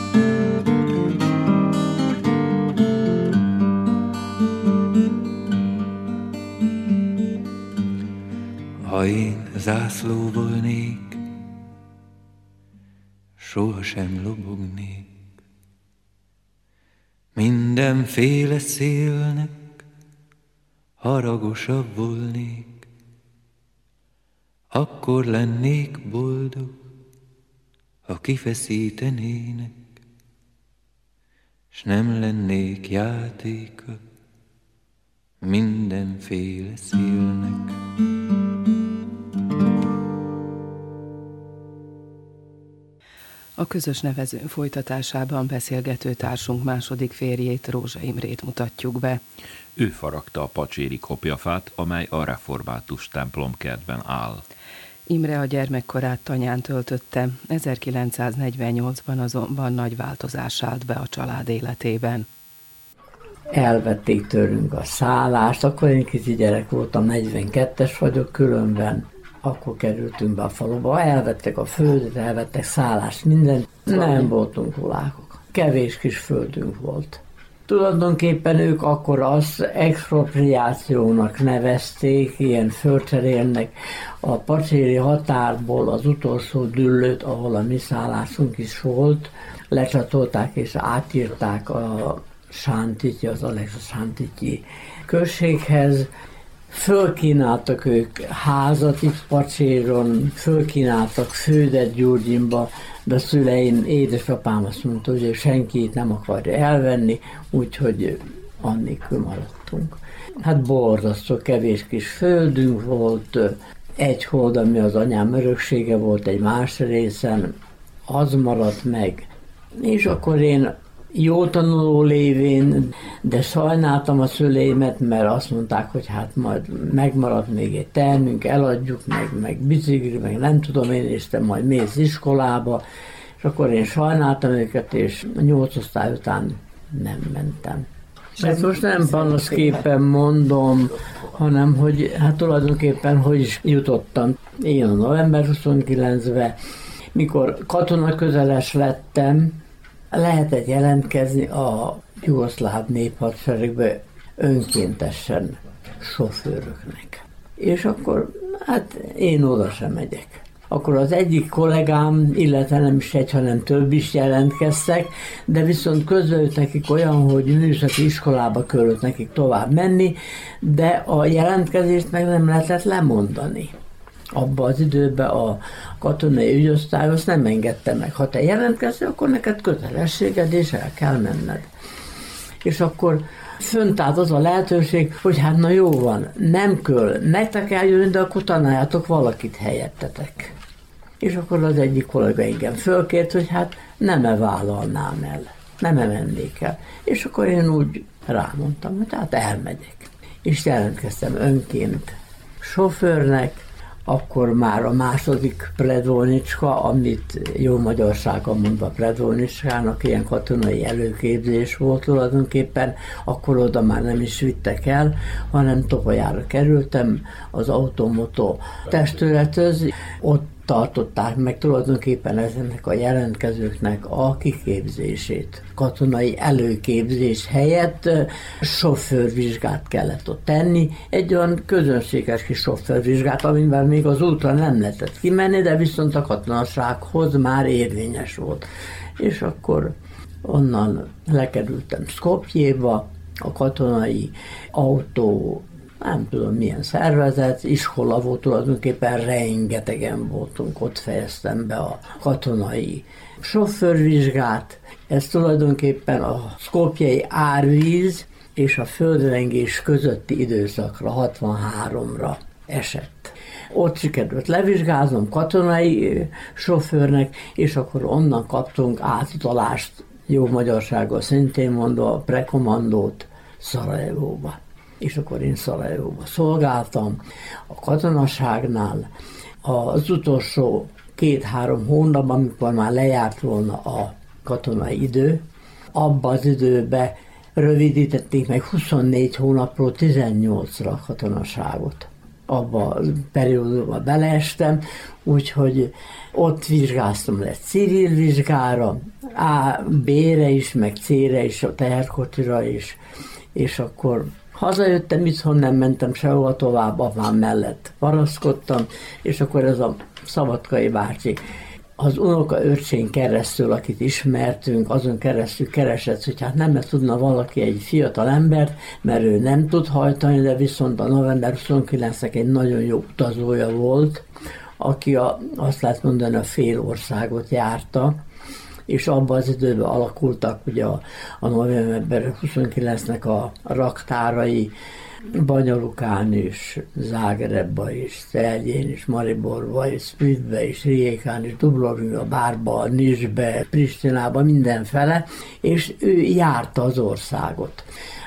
[SPEAKER 7] Ha én zászló volnék, sohasem lobognék, mindenféle szélnek haragosabb volnék, akkor lennék boldog, ha kifeszítenének, s nem lennék játéka mindenféle szélnek.
[SPEAKER 2] A közös nevezőn folytatásában beszélgető társunk második férjét, Rózsa Imrét mutatjuk be.
[SPEAKER 3] Ő faragta a pacséri kopjafát, amely a református templomkertben áll.
[SPEAKER 2] Imre a gyermekkorát Tanyán töltötte, 1948-ban azonban nagy változás állt be a család életében.
[SPEAKER 8] Elvették tőlünk a szállást, akkor én kicsi gyerek voltam, 42-es vagyok, különben akkor kerültünk be a faluba, elvettek a földet, elvettek szállást, mindent. Nem voltunk hulákok. Kevés kis földünk volt. Tulajdonképpen ők akkor azt expropriációnak nevezték, ilyen földcserélnek a pacséri határból az utolsó düllőt, ahol a mi szállásunk is volt, lecsatolták és átírták a Sántityi, az Alexa Sántityi községhez. Fölkínáltak ők házat itt Pacséron, fölkínáltak földet Gyurgyinba, de a szüleim, édesapám azt mondta, hogy senkit nem akarja elvenni, úgyhogy annélkül maradtunk. Hát borzasztó kevés kis földünk volt, egy hold, ami az anyám öröksége volt egy más részen, az maradt meg. És akkor én jó tanuló lévén, de sajnáltam a szüleimet, mert azt mondták, hogy hát majd megmarad még egy termünk, eladjuk meg bicikli, meg nem tudom én, és te majd mész iskolába, és akkor én sajnáltam őket, és a 8 osztály után nem mentem. Ezt most nem panaszképpen mondom, hanem hogy hát tulajdonképpen hogy is jutottam. Én a november 29-be, mikor katonaközeles lettem, lehetett jelentkezni a jugoszláv néphadseregbe önkéntesen sofőröknek. És akkor hát én oda sem megyek. Akkor az egyik kollégám, illetve nem is egy, hanem több is jelentkeztek, de viszont közölt nekik olyan, hogy műszaki iskolába kellett nekik tovább menni, de a jelentkezést meg nem lehetett lemondani. Abban az időben a katonai ügyosztály azt nem engedte meg. Ha te jelentkezel, akkor neked kötelességed, és el kell menned. És akkor fönt állt az a lehetőség, hogy hát na jó van, nem kell, nektek eljönni, de akkor tanáljátok valakit helyettetek. És akkor az egyik kollega engem fölkért, hogy hát nem-e vállalnám el, nem-e mennék el. És akkor én úgy rámondtam, hogy hát elmegyek. És jelentkeztem önként sofőrnek, akkor már a második predvolnicska, amit jó magyarságon mondva predvolnicskának, ilyen katonai előképzés volt tulajdonképpen, akkor oda már nem is vittek el, hanem Topolyára kerültem az automoto testülethöz, ott tartották meg tulajdonképpen ezeknek a jelentkezőknek a kiképzését. Katonai előképzés helyett sofőrvizsgát kellett ott tenni, egy olyan közönséges kis sofőrvizsgát, amivel még az útra nem lehetett kimenni, de viszont a katonasághoz már érvényes volt. És akkor onnan lekerültem Skopjéba, a katonai autó, nem tudom milyen szervezet, iskola volt tulajdonképpen, rengetegen voltunk, ott fejeztem be a katonai sofőrvizsgát. Ez tulajdonképpen a szkopjei árvíz és a földrengés közötti időszakra, 63-ra esett. Ott sikerült levizsgáznom katonai sofőrnek, és akkor onnan kaptunk átutalást, jó magyarsággal szintén mondva, a prekommandót Szarajevóba. És akkor én Szarajevóba szolgáltam a katonaságnál. Az utolsó 2-3 hónapban, amikor már lejárt volna a katonai idő, abban az időben rövidítették meg 24 hónapról 18-ra a katonaságot. Abba a periódusban beleestem, úgyhogy ott vizsgáztam le civil vizsgára, A, B-re is, meg C-re is, a teherkocsira is, és akkor hazajöttem, itthon nem mentem sehova tovább, apám mellett paraszkodtam, és akkor ez a Szabadkai bácsi az unoka öccsén keresztül, akit ismertünk, azon keresztül keresett, hogy hát nem tudna valaki egy fiatal embert, mert ő nem tud hajtani, de viszont a november 29-nek egy nagyon jó utazója volt, aki azt lehet mondani, a fél országot járta, és abban az időben alakultak ugye a november 29-nek a raktárai, Banyalukán is, Zágrebba is, Szelgyén is, Mariborba is, Splitbe is, Rijekán is, Dubrovnikba, Bárba, Nisbe, Pristinába, mindenfele, és ő járta az országot.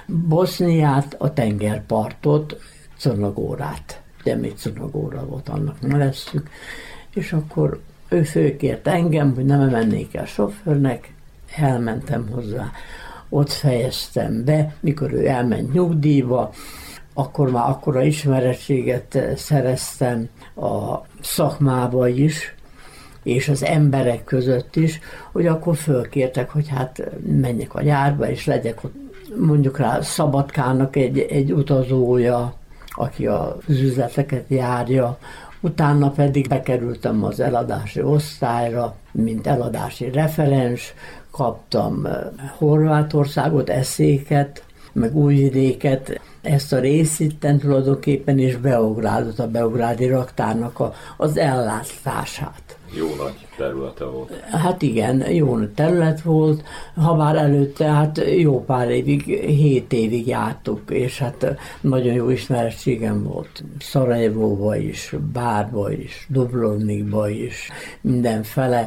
[SPEAKER 8] Boszniát, a tengerpartot, Crnogórát, de még Crnogóra volt, annak neveztük, és akkor ő fölkért engem, hogy nem mennék el sofőrnek, elmentem hozzá, ott fejeztem be, mikor ő elment nyugdíjba, akkor már akkora ismerettséget szereztem a szakmába is, és az emberek között is, hogy akkor fölkértek, hogy hát menjek a nyárba, és legyek ott mondjuk rá Szabadkának egy utazója, aki az üzleteket járja, utána pedig bekerültem az eladási osztályra, mint eladási referens, kaptam Horvátországot, Eszéket, meg Újvidéket, ezt a részitten tulajdonképpen, és Beográdot, a beográdi raktárnak az ellátását.
[SPEAKER 5] Jó nagy területe volt.
[SPEAKER 8] Hát igen, jó nagy terület volt, ha már előtte, hát jó pár évig, 7 évig jártuk, és hát nagyon jó ismerettségem volt. Szarajevóba is, Bárba is, Dubrovnikba is, mindenfele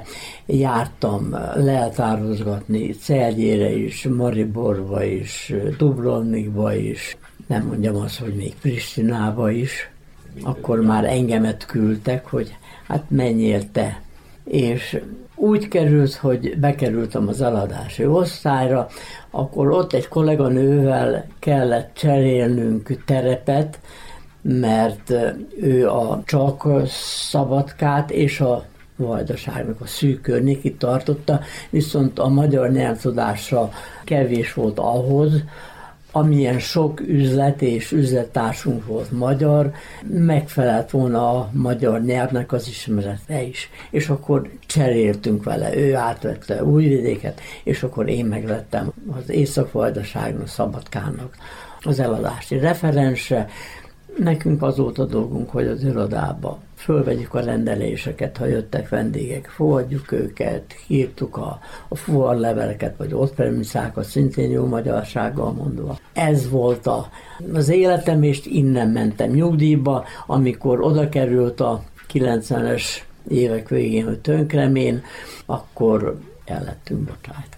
[SPEAKER 8] jártam leltározgatni, Szelgyére is, Mariborba is, Dubrovnikba is, nem mondjam azt, hogy még Pristinába is. Akkor már engemet küldtek, hogy hát menjél te és úgy került, hogy bekerültem az eladási osztályra, akkor ott egy kolléganővel kellett cserélnünk terepet, mert ő a Csark-Szabadkát és a Vajdaságnak a szűk környékét tartotta, viszont a magyar nyelvtudásra kevés volt ahhoz, amilyen sok üzlet és üzlettársunk volt magyar, megfelelt volna a magyar nyelvnek az ismerete is. És akkor cseréltünk vele, ő átvette Újvidéket, és akkor én meglettem az Észak-Vajdaságnak, Szabadkának az eladási referense. Nekünk az volt a dolgunk, hogy az irodába fölvegyük a rendeléseket, ha jöttek vendégek, fogadjuk őket, írtuk a fuvarleveleket, vagy ottpremiszákat, szintén jó magyarsággal mondva. Ez volt az életem, és innen mentem nyugdíjba, amikor oda került a 90-es évek végén, hogy tönkremén, akkor el lettünk bocsájtva.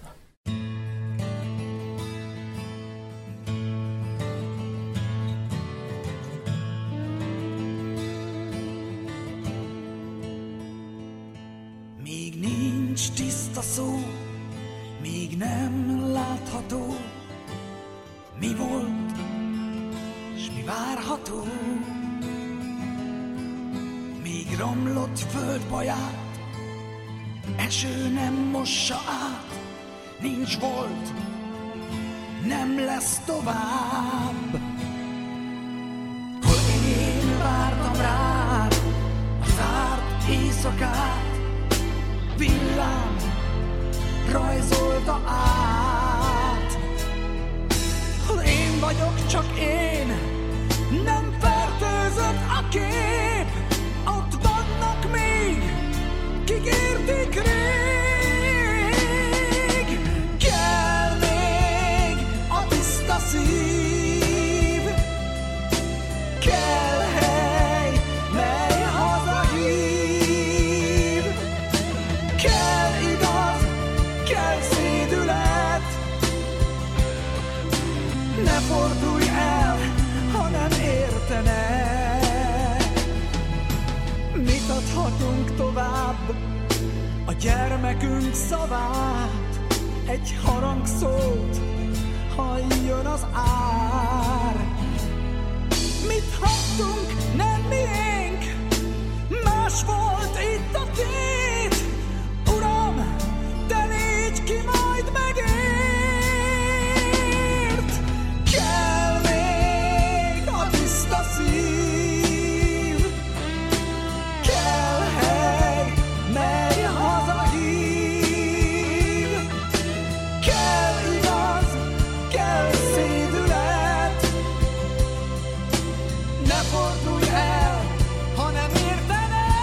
[SPEAKER 9] Nincs tiszta szó, még nem látható, mi volt, s mi várható. Még romlott földbaját, eső nem mossa át, nincs volt, nem lesz tovább. Hol én vártam rád, a zárt éjszakát, villám rajzolta át. Én vagyok csak én, nem fertőzött a kép. Ott vannak még, kik értik rég. Kell még a tiszta szív, kell hely, mely hazahív. Kell igaz, kell szédület, ne fordulj el, ha nem értenek. Mit adhatunk tovább, a gyermekünk szavát, egy harangszót, halljon az ár. Mit hagytunk, nem miénk, más volt itt a tét. Uram, te légy ki majd megért. Kell még a tiszta szív, kell hely, mely hazahív. Kell igaz, kell szédület, ne fordulj el, ha nem értenek.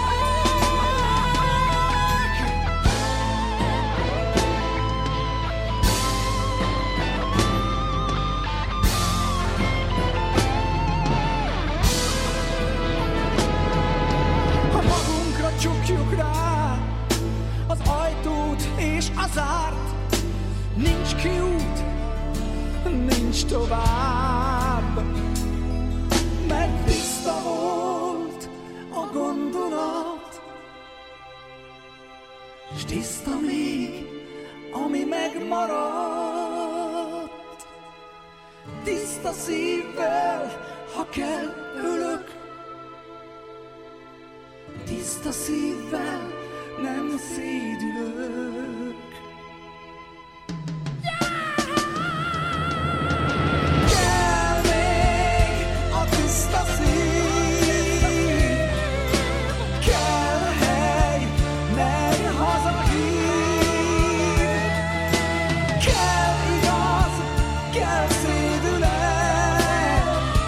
[SPEAKER 9] Ha magunkra csukjuk rá az ajtót és a zárt, nincs kiút, nincs tovább. Mert tiszta volt a gondolat, s tiszta még, ami megmaradt. Tiszta szívvel, ha kell, ölök. Tiszta szívvel, nem szédülök. Kell még a tiszta szív, kell hely, mely hazahív. Kell igaz, kell szédület,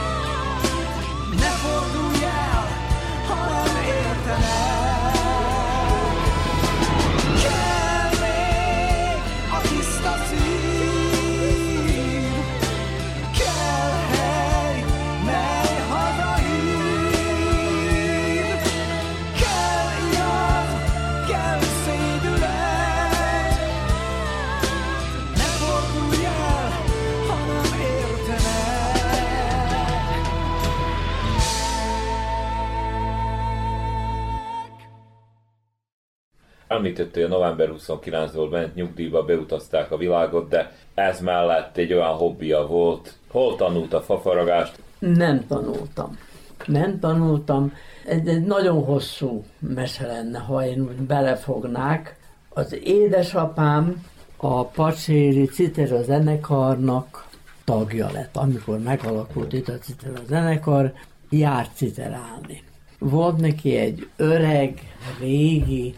[SPEAKER 9] ne fordulj el, ha nem értenek.
[SPEAKER 5] említettél, november 29-ból ment nyugdíjba, beutazták a világot, de ez mellett egy olyan hobbija volt. Hol tanult a fafaragást?
[SPEAKER 8] Nem tanultam. Ez egy nagyon hosszú mese lenne, ha én úgy belefognák. Az édesapám a Pacséri Citera zenekarnak tagja lett. Amikor megalakult itt a Citera zenekar, járt citerálni. Volt neki egy öreg, régi,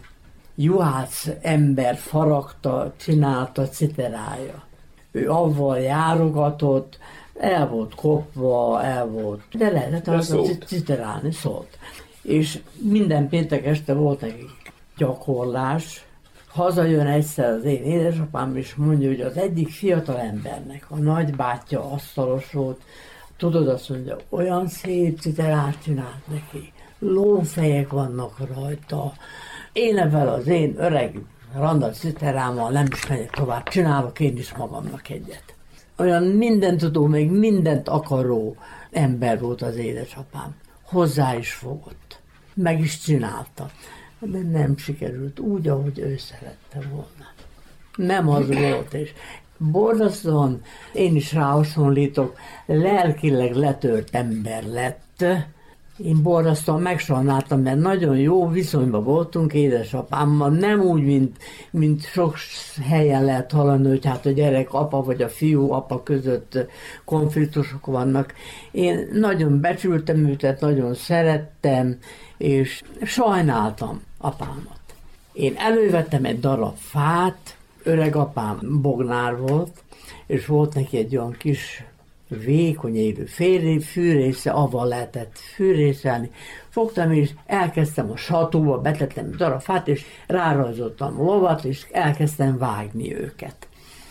[SPEAKER 8] juhász ember faragta, csinálta citerája. Ő avval járogatott, el volt kopva, de lehetett az citerálni, szólt. És minden péntek este volt neki gyakorlás. Hazajön egyszer az én édesapám, és mondja, hogy az egyik fiatal embernek a nagybátyja asztalos volt, tudod, azt mondja, olyan szép citerát csinált neki, lófejek vannak rajta. Én ebben az én öreg randa citerámmal nem is megyek tovább, csinálok én is magamnak egyet. Olyan mindent tudó, még mindent akaró ember volt az édesapám. Hozzá is fogott. Meg is csinálta. De nem sikerült úgy, ahogy ő szerette volna. Nem az volt, és borzasztóan én is ráhasonlítok, lelkileg letört ember lett. Én borzasztóan megsajnáltam, mert nagyon jó viszonyban voltunk édesapámmal, nem úgy, mint sok helyen lehet hallani, hogy hát a gyerek apa vagy a fiú apa között konfliktusok vannak. Én nagyon becsültem őket, nagyon szerettem, és sajnáltam apámat. Én elővettem egy darab fát, öreg apám bognár volt, és volt neki egy olyan kis vékony élő fűrésze, avval lehetett fűrészelni. Fogtam és elkezdtem a satóba, betettem egy darab fát, és rárajzoltam a lovat, és elkezdtem vágni őket.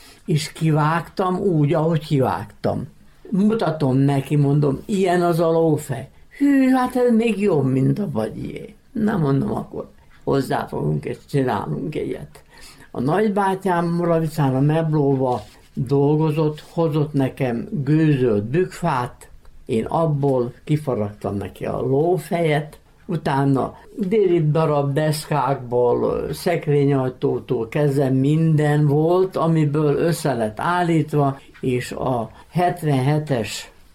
[SPEAKER 8] És kivágtam úgy, ahogy kivágtam. Mutatom neki, mondom, ilyen az a lófej. Hű, hát ez még jobb, mint a vagyié. Na mondom, akkor hozzáfogunk és csinálunk egyet. A nagybátyám Moravicán a Meblóba dolgozott, hozott nekem gőzölt bükkfát, én abból kifaragtam neki a lófejet, utána déli darab deszkákból, szekrényajtótól kezdve minden volt, amiből össze lett állítva, és a 77-es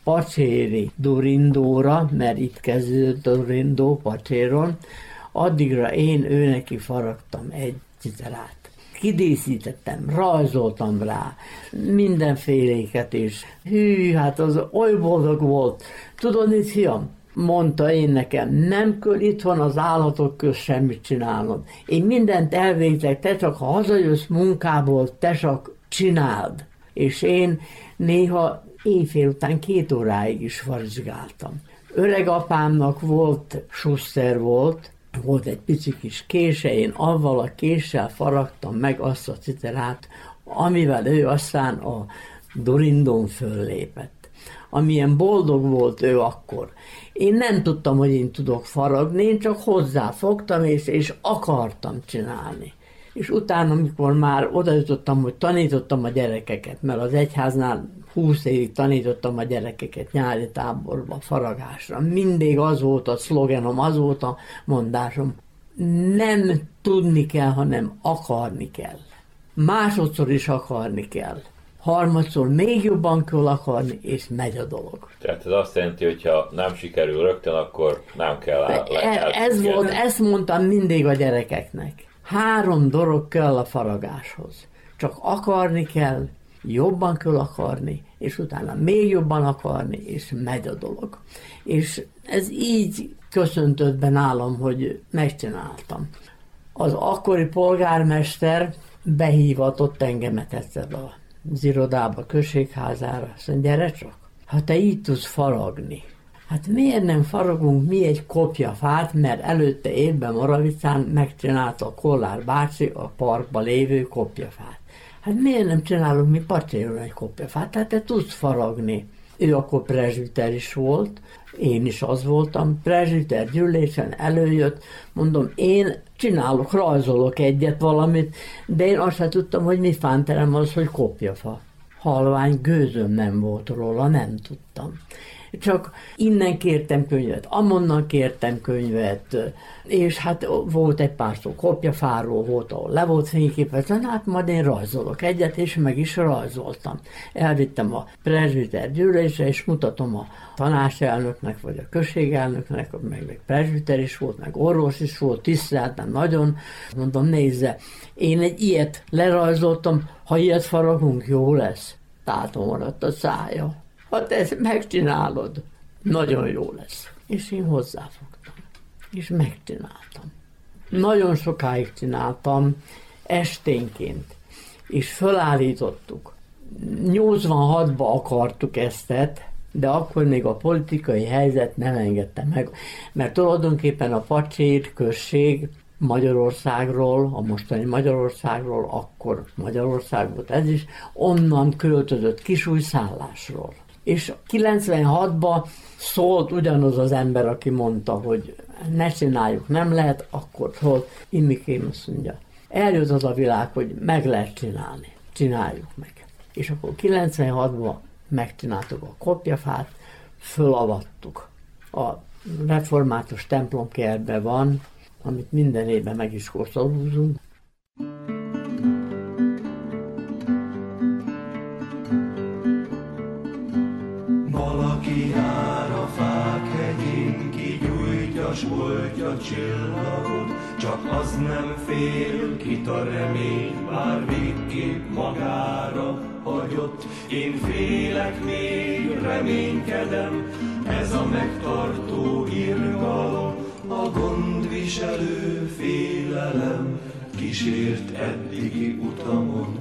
[SPEAKER 8] Pacséri Durindóra, mert itt kezdődött Durindó Pacséron, addigra én őneki faragtam egy citerát. Kidíszítettem, rajzoltam rá mindenféléket is. Hű, hát az oly boldog volt. Tudod mit, fiam? Mondta én nekem, nem kell itthon az állatok közt semmit csinálnod. Én mindent elvégzek, te csak ha hazajössz munkából, te csak csináld. És én néha éjfél után 2 óráig is farizsgáltam. Öreg apámnak volt, Schuster volt egy pici kis kése, én avval a késsel faragtam meg azt a citerát, amivel ő aztán a Durindón föllépett. Amilyen boldog volt ő akkor. Én nem tudtam, hogy én tudok faragni, én csak hozzáfogtam, és akartam csinálni. És utána, amikor már oda jutottam, hogy tanítottam a gyerekeket, mert az egyháznál 20 évig tanítottam a gyerekeket nyári táborba, faragásra. Mindig az volt a szlogenom, az volt a mondásom. Nem tudni kell, hanem akarni kell. Másodszor is akarni kell. Harmadszor még jobban kell akarni, és megy a dolog.
[SPEAKER 5] Tehát ez azt jelenti, hogy ha nem sikerül rögtön, akkor nem kell
[SPEAKER 8] ezt mondtam mindig a gyerekeknek. 3 dolog kell a faragáshoz. Csak akarni kell, jobban kell akarni, és utána még jobban akarni, és megy a dolog. És ez így köszöntött be nálam, hogy megcsináltam. Az akkori polgármester behívatott engemet egyszer az irodába, községházára. Azt mondja, gyere csak, ha te így tudsz faragni, hát miért nem faragunk mi egy kopjafát, mert előtte évben Moravicán megcsinálta a Kollár bácsi a parkban lévő kopjafát. Hát miért nem csinálunk mi Pacséron egy kopjafát? Hát te tudsz faragni. Ő akkor prezsbiter is volt, én is az voltam, prezsbiter gyűlésen előjött, mondom, én csinálok, rajzolok egyet valamit, de én azt sem tudtam, hogy mi fánterem az, hogy kopjafa. Halvány gőzöm nem volt róla, nem tudtam. csak innen kértem könyvet, amonnan kértem könyvet, és hát volt egy pár szó kopjafáról, volt, ahol le volt fényképezve, hát majd én rajzolok egyet, és meg is rajzoltam. Elvittem a presbiter gyűlésre, és mutatom a tanácselnöknek, vagy a községelnöknek, meg presbiter is volt, meg orvos is volt, tiszteltem nagyon, mondom, nézze, én egy ilyet lerajzoltam, ha ilyet faragunk, jó lesz. Tátva maradt a szája. Ha te ezt megcsinálod, nagyon jó lesz. És én hozzáfogtam. És megcsináltam. Nagyon sokáig csináltam, esténként. És fölállítottuk. 86-ba akartuk ezt, de akkor még a politikai helyzet nem engedte meg. Mert tulajdonképpen a Pacsér község Magyarországról, a mostani Magyarországról, akkor Magyarország volt ez is, onnan költözött Kisújszállásról. És 96-ban szólt ugyanaz az ember, aki mondta, hogy ne csináljuk, nem lehet, akkor szólt, Imikém azt mondja, eljött az a világ, hogy meg lehet csinálni, csináljuk meg. És akkor 96-ban megcsináltuk a kopjafát, fölavattuk. A református templomkertben van, amit minden évben meg is koszorúzunk.
[SPEAKER 9] Valaki jár a fák hegyén, kigyújtja s oltja csillagot, csak az nem fél, kit a remény, bár végképp magára hagyott. Én félek, még reménykedem, ez a megtartó irgalom, a gondviselő félelem kísért eddigi utamon.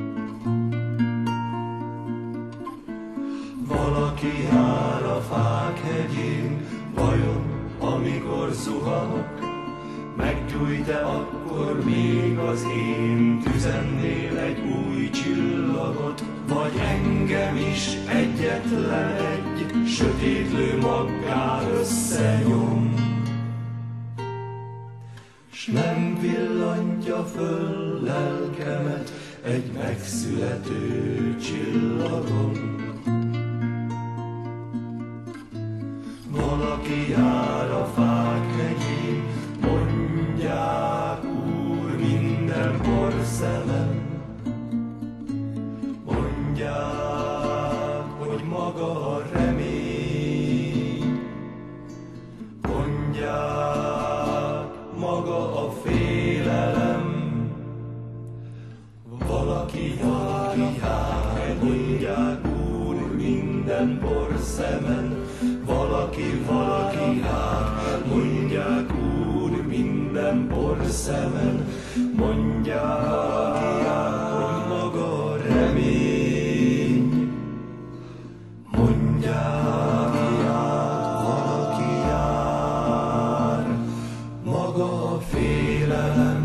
[SPEAKER 9] Valaki jár a fák hegyén, vajon amikor zuhanok, meggyújt-e akkor még az én tüzemnél egy új csillagot, vagy engem is egyetlen egy sötétlő maggá összenyom. S nem villantja föl lelkemet egy megszülető csillagon. Valaki jár a fák hegyén, mondják, Úr, minden porszemen. Mondják, hogy maga a remény. Mondják, maga a félelem. Valaki jár, mondják, Úr, minden porszemen. Valaki jár, mondják, Úr, minden porszemen. Mondják, hogy maga a remény. Mondják, valaki jár, maga a félelem.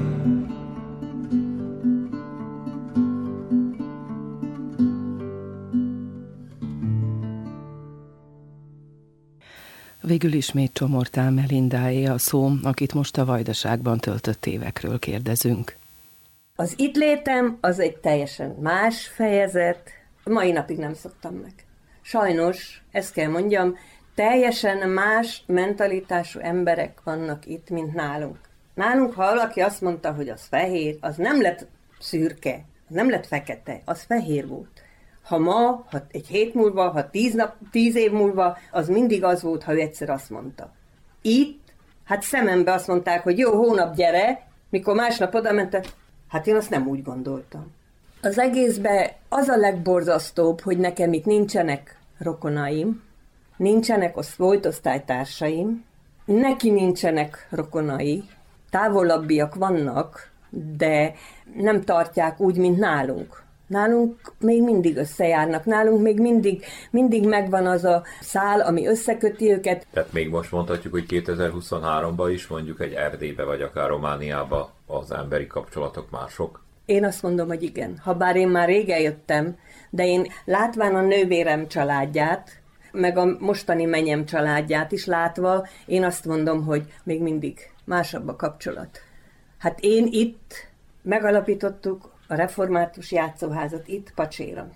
[SPEAKER 2] Végül ismét Csomortán Melindáé a szó, akit most a Vajdaságban töltött évekről kérdezünk.
[SPEAKER 4] Az itt létem az egy teljesen más fejezet, mai napig nem szoktam meg. Sajnos, ezt kell mondjam, teljesen más mentalitású emberek vannak itt, mint nálunk. Nálunk, ha valaki azt mondta, hogy az fehér, az nem lett szürke, az nem lett fekete, az fehér volt. Ha ma, ha egy hét múlva, ha 10 év múlva, az mindig az volt, ha ő egyszer azt mondta. Itt, hát szemembe azt mondták, hogy jó, hónap gyere, mikor másnap oda mentek, hát én azt nem úgy gondoltam. Az egészben az a legborzasztóbb, hogy nekem itt nincsenek rokonaim, nincsenek volt osztálytársaim, neki nincsenek rokonai, távolabbiak vannak, de nem tartják úgy, mint nálunk. Nálunk még mindig összejárnak, nálunk még mindig megvan az a szál, ami összeköti őket.
[SPEAKER 5] Tehát még most mondhatjuk, hogy 2023-ban is mondjuk egy Erdélybe vagy akár Romániába az emberi kapcsolatok mások?
[SPEAKER 4] Én azt mondom, hogy igen. Habár én már régen jöttem, de én látván a nővérem családját, meg a mostani menyem családját is látva, én azt mondom, hogy még mindig másabb a kapcsolat. Hát itt megalapítottuk a református játszóházat itt Pacséron.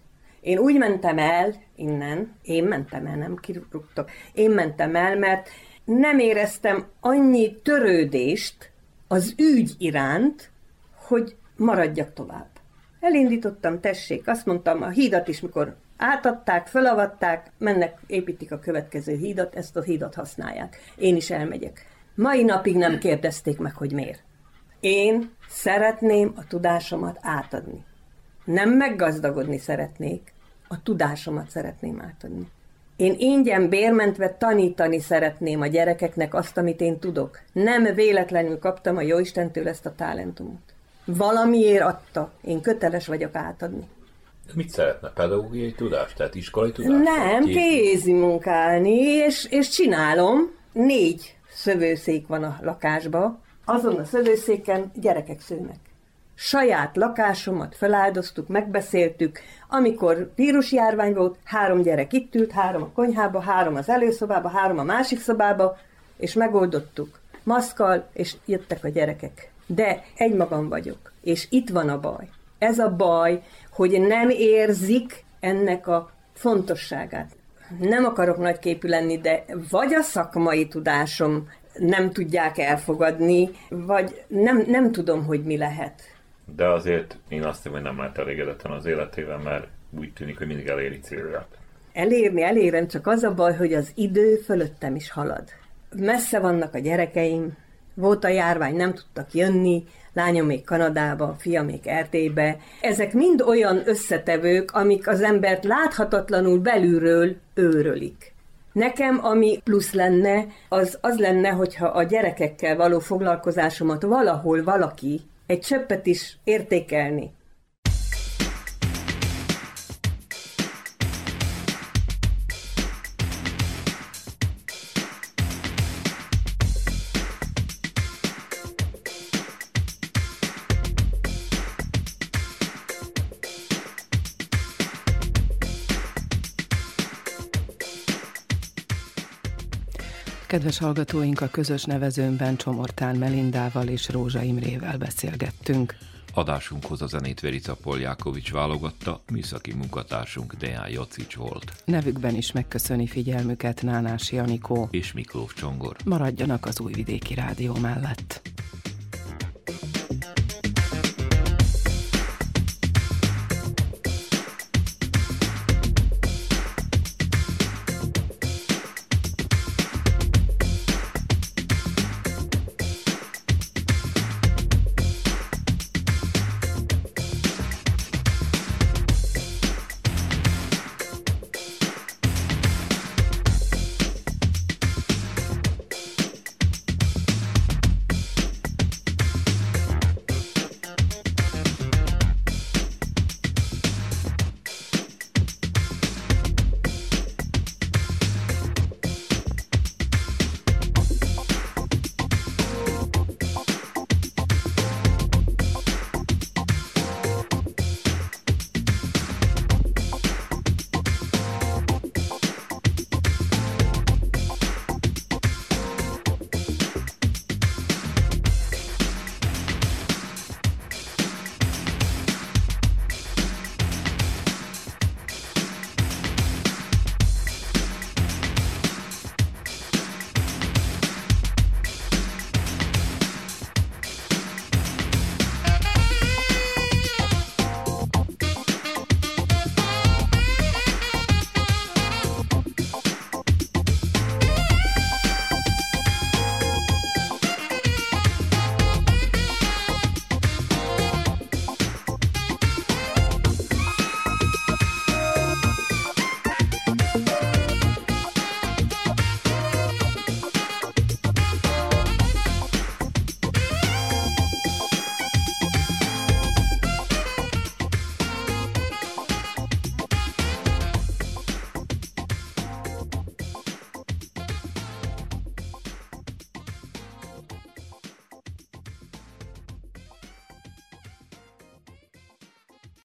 [SPEAKER 4] Én úgy mentem el innen, nem kirúgtak, én mentem el, mert nem éreztem annyi törődést az ügy iránt, hogy maradjak tovább. Elindítottam, tessék, azt mondtam, a hídat is, mikor átadták, felavatták, mennek, építik a következő hídat, ezt a hídat használják. Én is elmegyek. Mai napig nem kérdezték meg, hogy miért. Én szeretném a tudásomat átadni. Nem meggazdagodni szeretnék, a tudásomat szeretném átadni. Én ingyen bérmentve tanítani szeretném a gyerekeknek azt, amit én tudok. Nem véletlenül kaptam a Jóistentől ezt a talentumot. Valamiért adta, én köteles vagyok átadni.
[SPEAKER 5] Mit szeretne? Pedagógiai tudást? Tehát iskolai tudást?
[SPEAKER 4] Nem, kézi munkálni, és csinálom. 4 szövőszék van a lakásban. Azon a szövőszéken gyerekek szőnek. Saját lakásomat feláldoztuk, megbeszéltük. Amikor vírusjárvány volt, 3 gyerek itt ült, 3 a konyhába, 3 az előszobába, 3 a másik szobába, és megoldottuk. Maszkkal, és jöttek a gyerekek. De egymagam vagyok, és itt van a baj. Ez a baj, hogy nem érzik ennek a fontosságát. Nem akarok nagyképű lenni, de vagy a szakmai tudásom nem tudják elfogadni, vagy nem tudom, hogy mi lehet.
[SPEAKER 5] De azért én azt hiszem, hogy nem lehet elégedetlen az életével, mert úgy tűnik, hogy mindig eléri célját.
[SPEAKER 4] Elérem, csak az a baj, hogy az idő fölöttem is halad. Messze vannak a gyerekeim, volt a járvány, nem tudtak jönni, lányom még Kanadába, fiam még Erdélybe. Ezek mind olyan összetevők, amik az embert láthatatlanul belülről őrölik. Nekem, ami plusz lenne, az lenne, hogyha a gyerekekkel való foglalkozásomat valahol valaki egy csöppet is értékelni.
[SPEAKER 2] Kedves hallgatóink, a közös nevezőmben Csomortán Melindával és Rózsa Imrével beszélgettünk.
[SPEAKER 3] Adásunkhoz a zenét Verica Poljákovics válogatta, műszaki munkatársunk Deán Jocics volt.
[SPEAKER 2] Nevükben is megköszöni figyelmüket Nánás Janikó
[SPEAKER 3] és Miklós Csongor.
[SPEAKER 2] Maradjanak az Újvidéki Rádió mellett.